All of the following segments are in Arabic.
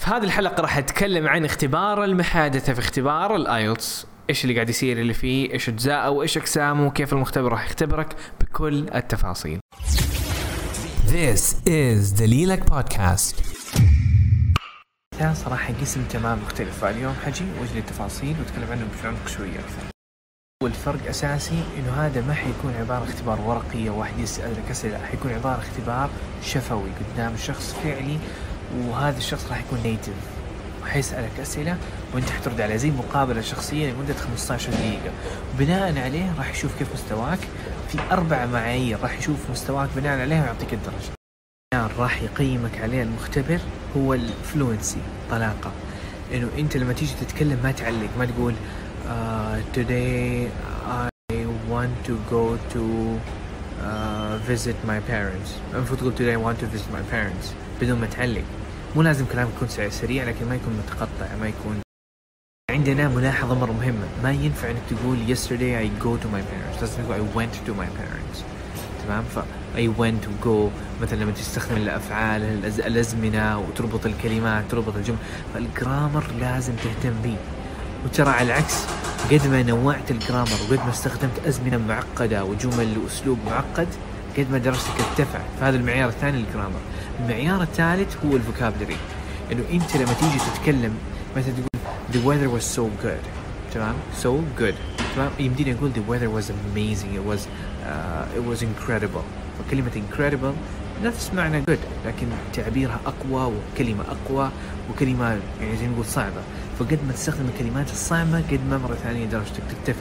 في هذه الحلقة راح أتكلم عن اختبار المحادثة في اختبار الآيلتس، إيش اللي قاعد يصير اللي فيه، إيش أجزاءه وإيش أقسامه وكيف المختبر راح يختبرك بكل التفاصيل. This is the Lilac Podcast. كان صراحة قسم تمام مختلف، فاليوم حجي وجه التفاصيل واتكلم عنه بعمق شوية أكثر. والفرق أساسي إنه هذا ما حيكون عبارة اختبار ورقي واحد يسألك أسئلة، حيكون عبارة اختبار شفوي قدام شخص فعلي، وهذا الشخص راح يكون نيتيف وحيسألك أسئلة وانت حترد عليه زي مقابلة شخصية لمدة 15 دقيقة. بناء عليه راح يشوف كيف مستواك في 4 معايير، راح يشوف مستواك بناء عليه ويعطيك الدرجة. راح يقيمك عليه المختبر هو الفلوينسي، طلاقة، إنه أنت لما تيجي تتكلم ما تعلق، ما تقول today I want to go to visit my parents. المفروض تقول today I want to visit my parents بدون ما تعلق. مو لازم كلامك يكون سريع، لكن ما يكون متقطع، ما يكون. عندنا ملاحظة مرة مهمة، ما ينفع انك تقول yesterday I go to my parents، لازم تقول I went to my parents. تمام؟ ف I went to go مثلا لما تستخدم الأفعال الأزمنة وتربط الكلمات تربط الجمل، فالجرامر لازم تهتم به. وترى على العكس، قد ما نوعت الجرامر وقد ما استخدمت أزمنة معقدة وجمل وأسلوب معقد قد ما درجتك ارتفعت. فهذا المعيار الثاني للجرامر. المعيار الثالث هو الفوكابلري، إنه أنت لما تيجي تتكلم مثلا تقول the weather was so good، تمام؟ so good، تمام؟ يمديني أقول the weather was amazing، it was incredible. فكلمة incredible نفس معنى good، لكن تعبيرها أقوى وكلمة أقوى وكلمة يعني زي نقول صعبة. فقد ما تستخدم الكلمات الصعبة قد ما مرة ثانية درجتك ترتفع.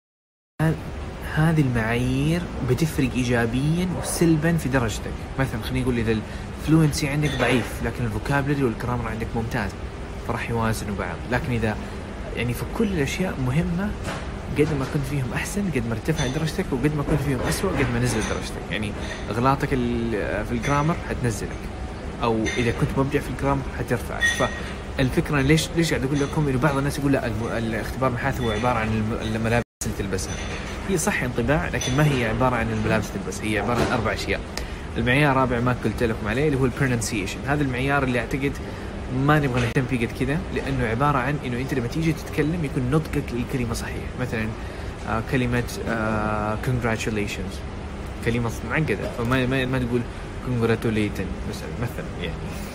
هذه المعايير بتفرق إيجابيا وسلبا في درجتك. مثلا خليني أقول إذا الفلوينسي عندك ضعيف لكن الفوكابلري والجرامر عندك ممتاز، فراح يوازنوا بعض. لكن إذا يعني في كل الأشياء مهمة، قد ما كنت فيهم أحسن قد ما ارتفع درجتك، وقد ما كنت فيهم أسوأ قد ما نزل درجتك. يعني أغلاطك في الجرامر حتنزلك، أو إذا كنت مبدع في الجرامر حترفعك. فالفكرة ليش قاعد أقول لكم إنه بعض الناس يقول لا الاختبار المحادثة هو عبارة عن الملابس اللي تلبسها. هي صح انطباع، لكن ما هي عبارة عن الملابس اللي تلبسها، هي عبارة عن 4 أشياء. المعيار الرابع ما قلت لكم عليه اللي هو البرونسيشن. هذا المعيار اللي أعتقد ما نبغى نهتم فيه قد كذا، لأنه عبارة عن إنه أنت لما تيجي تتكلم يكون نطقك للكلمة صحيح. مثلا كلمة congratulations كلمة معقدة، فما تقول congratulating مثلا. يعني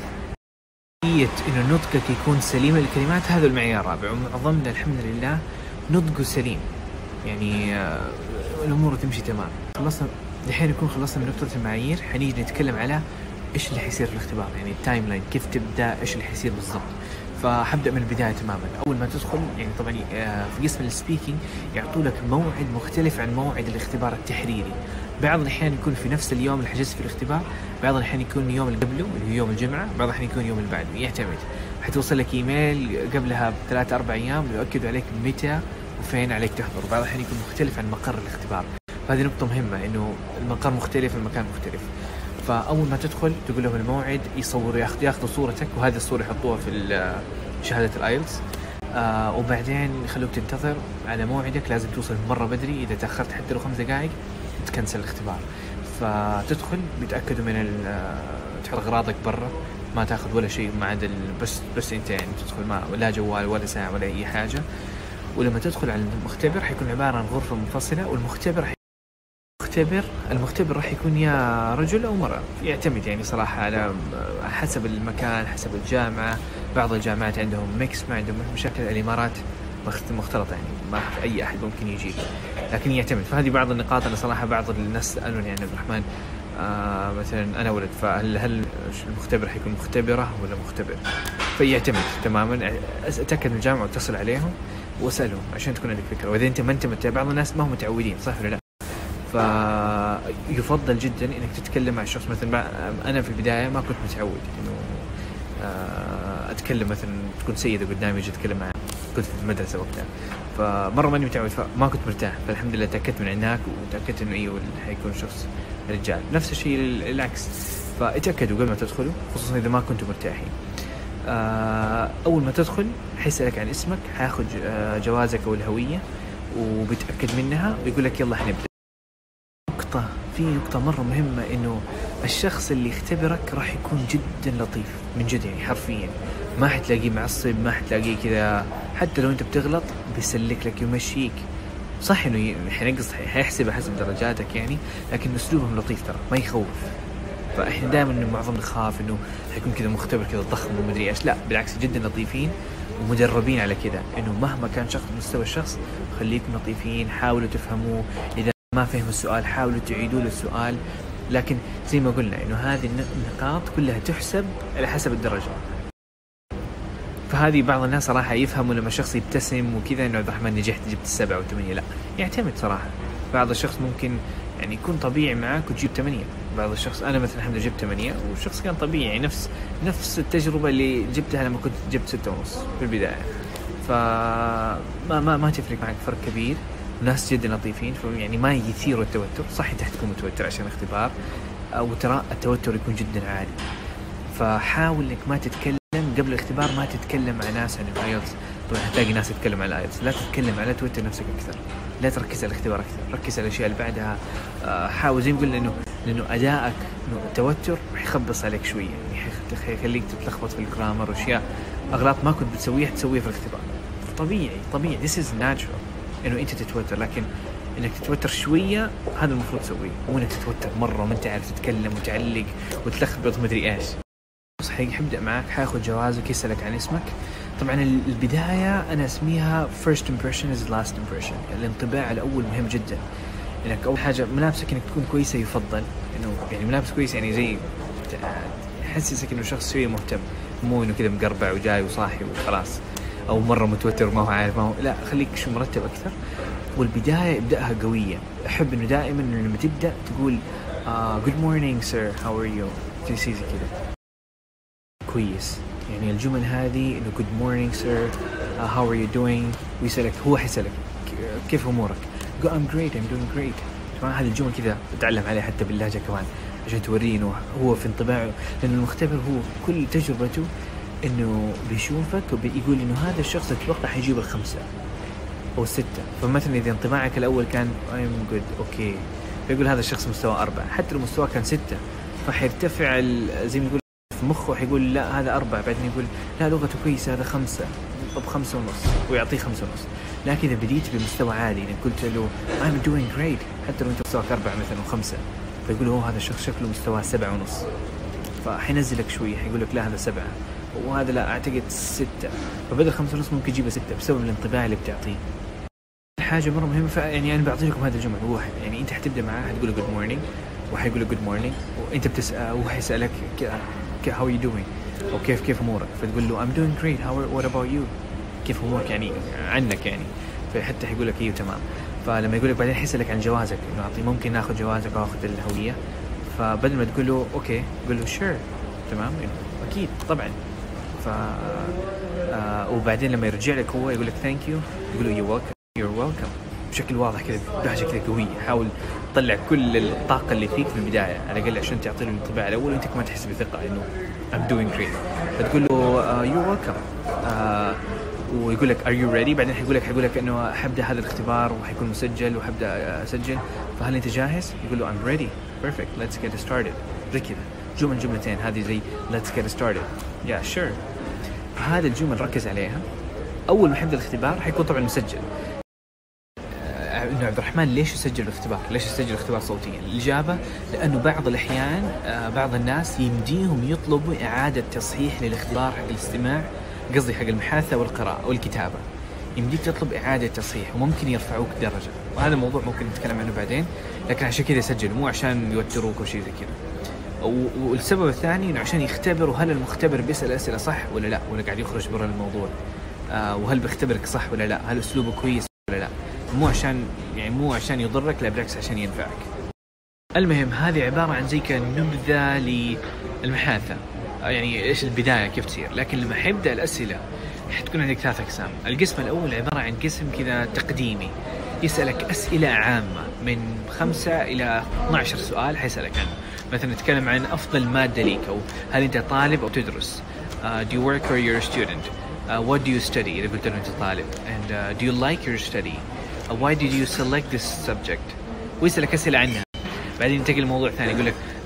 إنه نطقك يكون سليم للكلمات، هذا المعيار الرابع. ومعظمنا الحمد لله نطقه سليم، يعني الأمور تمشي تمام. خلصنا الحين، يكون خلصنا من نقطة المعايير، حنيجي نتكلم على إيش اللي حيصير في الاختبار، يعني التايم لاين، كيف تبدأ، إيش اللي حيصير بالضبط. فحبدأ من البداية تماما. أول ما تدخل يعني طبعا في قسم السبيكينج يعطوا لك موعد مختلف عن موعد الاختبار التحريري. بعض الأحيان يكون في نفس اليوم اللي حجزت في الاختبار، بعض الأحيان يكون يوم اللي قبله اللي هو يوم الجمعة، بعض الأحيان يكون يوم اللي بعده، يعتمد. حتوصل لك إيميل قبلها ب3-4 أيام يؤكد عليك متى وفين عليك تحضر. بعض الأحيان يكون مختلف عن مقر الاختبار. فهذه نقطة مهمة، إنه المقر مختلف، المكان مختلف. فأول ما تدخل تقول لهم الموعد، يصوروا ياخذوا صورتك، وهذه الصورة يحطوها في شهادة الآيلتس. وبعدين يخلوك تنتظر على موعدك. لازم توصل مرة بدري، إذا تأخرت حتى لو 5 دقائق تكنسل الاختبار. فتدخل بيتأكدوا من تحط أغراضك برا، ما تأخذ ولا شيء ما عدا بس أنت يعني تدخل، ما لا جوال ولا ساعة ولا أي حاجة. ولما تدخل على المختبر حيكون عبارة عن غرفة منفصلة، المختبر راح يكون يا رجل أو مرأة، يعتمد يعني صراحة على حسب المكان، حسب الجامعة. بعض الجامعات عندهم ميكس، ما عندهم مشاكل. الإمارات مختلطة، يعني ما أي أحد ممكن يجي، لكن يعتمد. فهذه بعض النقاط. أنا صراحة بعض الناس سألوني عن عبد الرحمن، مثلا أنا ولد، فهل المختبر حيكون مختبرة ولا مختبر؟ فيعتمد تماما. أتأكد من الجامعة واتصل عليهم وأسألهم عشان تكون عندك فكرة. وإذا أنت ما أنت متابع، بعض الناس ما هم متعودين، صح ولا لا؟ فيفضل جدا إنك تتكلم مع الشخص. مثلا أنا في البداية ما كنت متعود إنه أتكلم، مثلا تكون سيدة قدامي يجي أتكلم معه، كنت في المدرسة وقتها، فمرة ماني متعود، فما كنت مرتاح. فالحمد لله تأكدت من هناك وتأكدت إنه أيوة حيكون شخص رجال. نفس الشيء العكس، فاتأكدوا قبل ما تدخلوا، خصوصا إذا ما كنتوا مرتاحين. أول ما تدخل حيسألك عن اسمك، حياخد جوازك أو الهوية وبيتأكد منها ويقول لك يلا حنبدأ. في نقطة مرة مهمة، إنه الشخص اللي يختبرك راح يكون جدا لطيف من جد، يعني حرفيا ما حتلاقيه معصب، ما حتلاقيه كذا. حتى لو انت بتغلط بيسلك لك يمشيك. صح انه حينقص، حيحسبها حسب درجاتك يعني، لكن اسلوبهم لطيف ترى ما يخوف. فاحنا دائما انه معظمنا نخاف انه حيكون كذا مختبر كذا ضخم ومدري ايش. لا بالعكس، جدا لطيفين ومدربين على كذا، انه مهما كان شخص مستوى الشخص خليكم لطيفين، حاولوا تفهموه. اذا ما فهم السؤال حاولوا تعيدوا له السؤال. لكن زي ما قلنا انه هذه النقاط كلها تحسب على حسب الدرجة. فهذه بعض الناس صراحة يفهموا لما شخص يبتسم وكذا انه عبد الرحمن نجحت جبت 7 و8. لا، يعتمد صراحة. بعض الشخص ممكن يعني يكون طبيعي معاك وتجيب 8. بعض الشخص، انا مثلا الحمد لله جبت 8 والشخص كان طبيعي، نفس التجربة اللي جبتها لما كنت جبت 6.5 في البداية. ما تفرق معك فرق كبير. ناس جدا لطيفين، يعني ما يثيروا التوتر. صح انت تكون متوتر عشان اختبار، او ترى التوتر يكون جدا عالي. فحاول انك ما تتكلم قبل الاختبار، ما تتكلم مع ناس عن الايلتس. طبعا هتلاقي ناس تتكلم عن الايلتس، لا تتكلم، على توتر نفسك اكثر، لا تركز على الاختبار اكثر، ركز على الاشياء اللي بعدها. حاول زي ما قلنا لانه ادائك، انه التوتر يخبص عليك شويه، يعني يخليك تتلخبط في الجرامر واشياء اغلاط ما كنت بتسويها تسويها في الاختبار. طبيعي this is natural انه انت تتوتر، لكن انك تتوتر شويه هذا المفروض تسويه، مو انك تتوتر مره وما انت عارف تتكلم وتعلق وتلخبط مدري ايش. حيبدأ معك، حياخد جوازك، يسألك عن اسمك. طبعا البداية أنا اسميها first impression is last impression. الانطباع الأول مهم جدا. إنك أول حاجة ملابسك إنك تكون كويسة، يفضل إنه يعني ملابس كويس، يعني زي يحسسك إنه شخص شوية مهتم، مو إنه كذا مقربع وجاي وصاحي وخلاص، أو مرة متوتر ما هو عارف ما هو. لا، خليك شو مرتب أكثر. والبداية ابدأها قوية. أحب إنه دائما إنه لما تبدأ تقول good morning sir how are you، تسيزي كذا كويس. يعني الجمل هذه إنه good morning sir how are you doing، ويسألك، هو حيسألك كيف أمورك، go I'm great I'm doing great. طبعا هذه الجمل كذا تتعلم عليها حتى باللهجة كمان عشان توريه إنه هو في انطباعه، لأن المختبر هو كل تجربته إنه بيشوفك وبيقول إنه هذا الشخص أتوقع حيجيب 5 أو 6. فمثلا إذا انطباعك الأول كان I'm good أوكي، بيقول هذا الشخص مستوى 4، حتى لو مستوى كان 6 فحيرتفع زي ما يقول في مخه، حيقول لا هذا 4، بعدين يقول لا لغته كويسة هذا 5، طب 5.5 ويعطيه 5.5. لكن إذا بديت بمستوى عالي، إذا قلت له I'm doing great حتى لو أنت مستواك 4 مثلا و5، فيقول هو هذا الشخص شكله مستواه 7.5، فحينزلك شوية، حيقول لك لا هذا 7 وهذا لا أعتقد 6، فبدل 5.5 ممكن يجيبه 6 بسبب الانطباع اللي بتعطيه. حاجة مرة مهمة، يعني أنا بعطي لكم هذا الجمل. هو يعني أنت حتبدأ معاه هتقول له good morning، وحيقول له good morning، وأنت بتسأل وهو حيسألك how are you doing، أو كيف أمورك، فتقول له I'm doing great what about you، كيف أمورك يعني عنك يعني، فحتى حيقول لك إيه تمام. فلما يقول لك بعدين حيسألك عن جوازك، إنه أعطي ممكن ناخذ جوازك أو أخذ الهوية، فبدل ما تقول له أوكي قول له sure تمام، أكيد طبعا. وبعدين لما يرجع لك هو يقول لك thank you، يقول له you're welcome بشكل واضح كذا، بلهجة كذا قوية. حاول تطلع كل الطاقة اللي فيك في البداية على الأقل عشان تعطي له الانطباع الأول، وأنت كمان تحس بثقة إنه I'm doing great. فتقول له you're welcome، ويقول لك are you ready، بعدين حيقول لك إنه حبدأ هذا الاختبار وحيكون مسجل وحبدأ أسجل، فهل أنت جاهز؟ يقول له I'm ready perfect let's get started. زي كذا جملتين هذه زي let's get started yeah sure. هذا الجمل ركز عليها أول ما يبدأ الاختبار، حيكون طبعا مسجل. إنه عبد الرحمن ليش يسجل الاختبار؟ ليش يسجل الاختبار صوتيا؟ الإجابة لأنه بعض الأحيان بعض الناس يمديهم يطلبوا إعادة تصحيح للاختبار حق الاستماع، قصدي حق المحادثة والقراءة والكتابة، يمديك تطلب إعادة تصحيح وممكن يرفعوك درجة، وهذا الموضوع ممكن نتكلم عنه بعدين، لكن عشان كذا يسجل مو عشان يوتروك أو شيء زي كذا. والسبب الثاني إنه عشان يختبروا هل المختبر بيسأل أسئلة صح ولا لا، ولا قاعد يخرج برا الموضوع، وهل بيختبرك صح ولا لا، هل أسلوبه كويس ولا لا، مو عشان يضرك، لا بالعكس عشان ينفعك. المهم هذه عبارة عن زي كنبذة للمحادثة، يعني إيش البداية كيف تصير. لكن لما حيبدأ الأسئلة حتكون عندك 3 أقسام. القسم الأول عبارة عن قسم كذا تقديمي، يسألك أسئلة عامة من 5 إلى 12 سؤال حيسألك عنه. مثلا نتكلم عن أفضل مادة ليك، أو هل أنت طالب أو تدرس، do you work or you're a student, what do you study إذا قلت له أنت طالب, and do you like your study, why did you select this subject. ويسألك أسئلة عنها. بعدين ينتقل لموضوع ثاني، يقول لك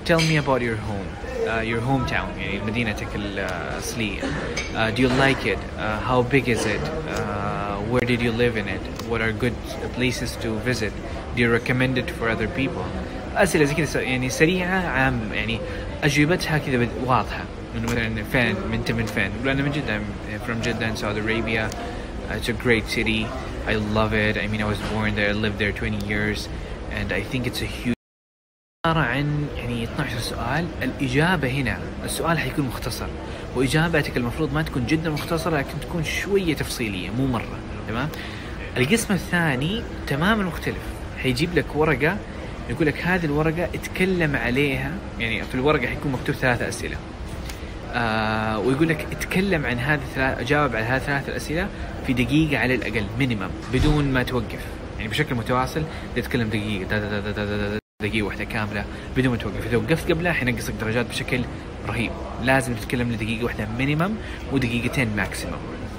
tell me about your hometown, يعني مدينتك الأصلية. Do you like it? How big is it? Where did you live in it? What are good places to visit? Do you recommend it for other people? أسئلة زي كذا يعني سريعة عام، يعني أجوبتها كذا واضحة. من مثلا فين، من فين؟ يقول أنا من جدة. I'm from Jeddah in Saudi Arabia. It's a great city. I love it. I mean, I was born there. I lived there 20 years, and I think it's a huge. عبارة عن يعني 12 سؤال. الإجابة هنا، السؤال حيكون مختصر، وإجابتك المفروض ما تكون جدا مختصرة، لكن تكون شوية تفصيلية، مو مرة. تمام. القسم الثاني تماما مختلف. حيجيب لك ورقة يقول لك هذه الورقة اتكلم عليها، يعني في الورقة حيكون مكتوب 3 أسئلة، ويقول لك اتكلم عن هذه جاوب على هذه 3 أسئلة في دقيقة على الأقل مينيمم، بدون ما توقف، يعني بشكل متواصل تتكلم دقيقة واحدة كاملة بدون ما توقف. إذا وقفت قبلها حينقصك درجات بشكل رهيب. لازم تتكلم لدقيقة واحدة مينيمم ودقيقتين ماكسيمم.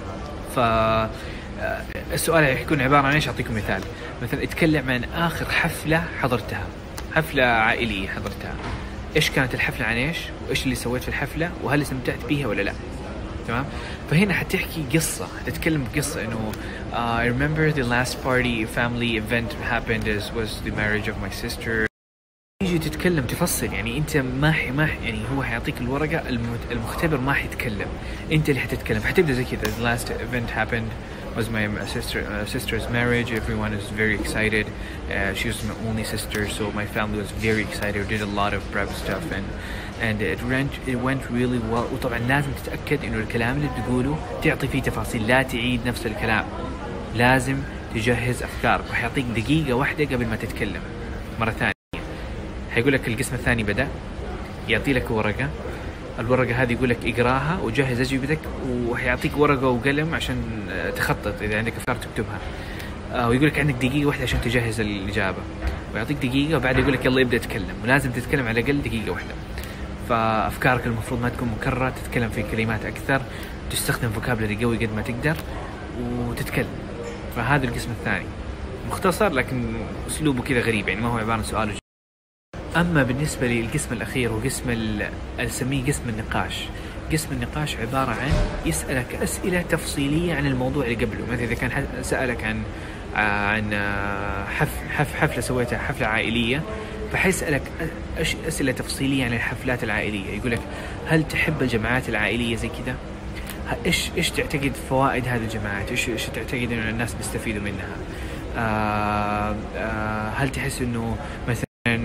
السؤال يكون عبارة عن ايش؟ أعطيكم مثلا اتكلم عن آخر حفلة حضرتها، حفلة عائلية حضرتها، ايش كانت الحفلة، عن ايش، وايش اللي سويت في الحفلة، وهل استمتعت بيها ولا لا. تمام. فهنا حتحكي قصة، حتتكلم بقصة انه I remember the last family event happened was the marriage of my sister. تيجي تتكلم تفصل، يعني انت ما يعني هو حيعطيك الورقة، المختبر ما حيتكلم، انت اللي حتتكلم. حتبدأ زي كذا the last event happened was my sister's marriage. Everyone is very excited. She was my only sister, so my family was very excited. We did a lot of prep stuff and it went really well. وطبعا لازم تتأكد انه الكلام اللي بتقوله تعطي فيه تفاصيل، لا تعيد نفس الكلام، لازم تجهز أفكارك. وحيعطيك دقيقة واحدة قبل ما تتكلم مرة ثانية. حيقول لك القسم الثاني بدأ، يعطي لك ورقة، الورقة هذه يقول لك اقراها وجهز أجوبتك، وحيعطيك ورقة وقلم عشان تخطط إذا عندك أفكار تكتبها، ويقول لك عندك دقيقة واحدة عشان تجهز الإجابة، ويعطيك دقيقة وبعد يقول لك يلا ابدأ تتكلم، ولازم تتكلم على الأقل دقيقة واحدة. فأفكارك المفروض ما تكون مكررة، تتكلم في كلمات أكثر، تستخدم فوكابلري قوي قد ما تقدر وتتكلم. فهذا القسم الثاني مختصر لكن أسلوبه كذا غريب، يعني ما هو عبارة عن سؤال. أما بالنسبة للقسم الأخير وقسم أسميه قسم النقاش. قسم النقاش عبارة عن يسألك أسئلة تفصيلية عن الموضوع اللي قبله. مثلا إذا كان سألك عن حفلة سويتها، حفلة عائلية، فحيسألك أسئلة تفصيلية عن الحفلات العائلية. يقولك هل تحب الجماعات العائلية زي كذا؟ إيش تعتقد فوائد هذه الجماعات؟ إيش تعتقد إنه الناس بيستفيدوا منها؟ هل تحس إنه مثلا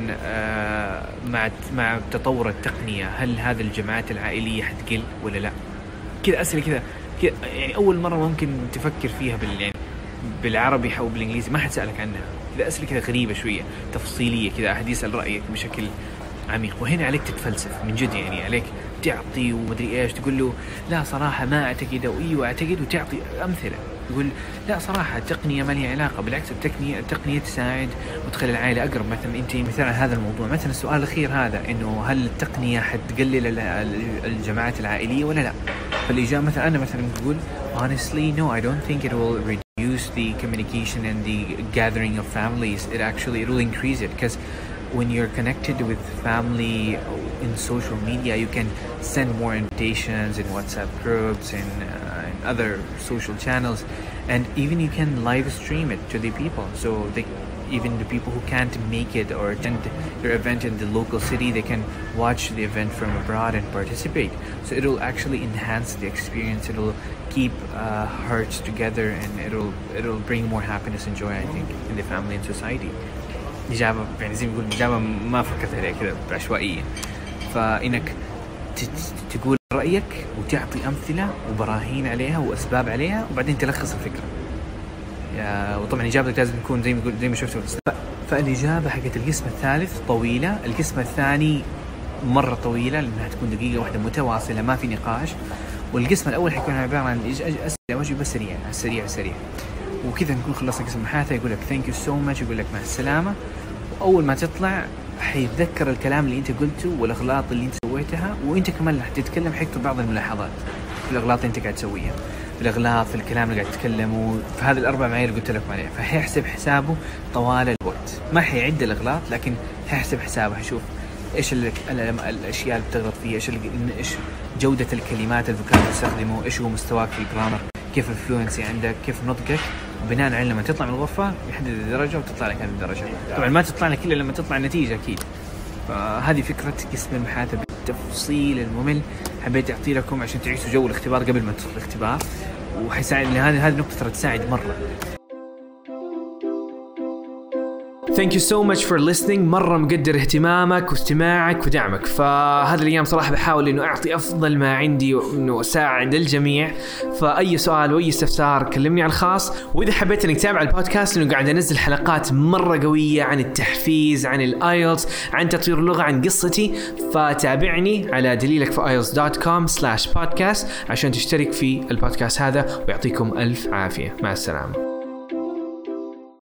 مع تطور التقنية هل هذه الجماعات العائلية حتقل ولا لا؟ كذا أسئلة كذا يعني أول مرة ممكن تفكر فيها يعني بالعربي أو بالإنجليزي ما حد سألك عنها. كذا أسئلة كذا غريبة شوية تفصيلية كذا، أحد يسأل رأيك بشكل عميق. وهنا عليك تتفلسف من جد، يعني عليك تعطي ومدري إيش، تقول له لا صراحة ما أعتقد، وإيوه أعتقد، وتعطي أمثلة. يقول لا صراحة التقنية ما لها علاقة، بالعكس التقنية تساعد وتخلي العائلة أقرب. مثلا أنت مثلا هذا الموضوع، مثلا السؤال الأخير هذا إنه هل التقنية حتقلل الجماعات العائلية ولا لا؟ فالإجابة مثلا أنا مثلا بقول honestly no, I don't think it will reduce the communication and the gathering of families. It will increase it, because when you're connected with family in social media, you can send more invitations in WhatsApp groups and other social channels, and even you can live stream it to the people. So even the people who can't make it or attend your event in the local city, they can watch the event from abroad and participate. So it will actually enhance the experience. It will keep hearts together, and it will bring more happiness and joy, I think, in the family and society. إجابة يعني زي ما يقول إجابة ما فكرت عليها كذا بعشوائية. فإنك تقول رأيك وتعطي أمثلة وبراهين عليها وأسباب عليها، وبعدين تلخص الفكرة. وطبعا إجابتك لازم تكون زي ما شفتوا. فالإجابة حقت القسم الثالث طويلة، القسم الثاني مرة طويلة لأنها تكون دقيقة واحدة متواصلة ما في نقاش، والقسم الأول حيكون عبارة عن أسئلة وأجوبة سريعة. وكذا نكون خلصنا قسم الحياة. يقول لك thank you so much، يقول لك مع السلامة. وأول ما تطلع حيتذكر الكلام اللي أنت قلته والأغلاط اللي أنت سويتها، وأنت كمان رح تتكلم حيكتب بعض الملاحظات في الأغلاط اللي أنت قاعد تسويها، في الأغلاط في الكلام اللي قاعد تتكلمه، في هذه الأربع معايير اللي قلت لكم عليها. فحيحسب حسابه طوال الوقت، ما حيعد الأغلاط لكن حيحسب حسابه، حيشوف إيش الأشياء اللي بتغلط فيها، إيش جودة الكلمات الفوكاب اللي تستخدمه، إيش هو مستواك في الجرامر، كيف الفلوينسي عندك، كيف نطقك. وبناء على لما تطلع من الغرفة يحدد الدرجة وتطلع لك هذه الدرجة. طبعا ما تطلع لك إلا لما تطلع النتيجة أكيد. فهذه فكرة قسم المحاسبة بالتفصيل الممل، حبيت أعطي لكم عشان تعيشوا جو الاختبار قبل ما تدخل الاختبار، وحيساعد. هذه النقطة ترى تساعد مرة. Thank you so much for listening. مرة مقدر اهتمامك واستماعك ودعمك. فهذا الأيام صراحة بحاول إنه أعطي أفضل ما عندي وإنه أساعد الجميع. فأي سؤال وأي استفسار كلمني على الخاص. وإذا حبيت إنك تتابع البودكاست إنه قاعد أنزل حلقات مرة قوية عن التحفيز، عن الآيلتس، عن تطوير اللغة، عن قصتي، فتابعني على dalilakfoielts.com/podcast عشان تشترك في البودكاست هذا. ويعطيكم ألف عافية. مع السلامة.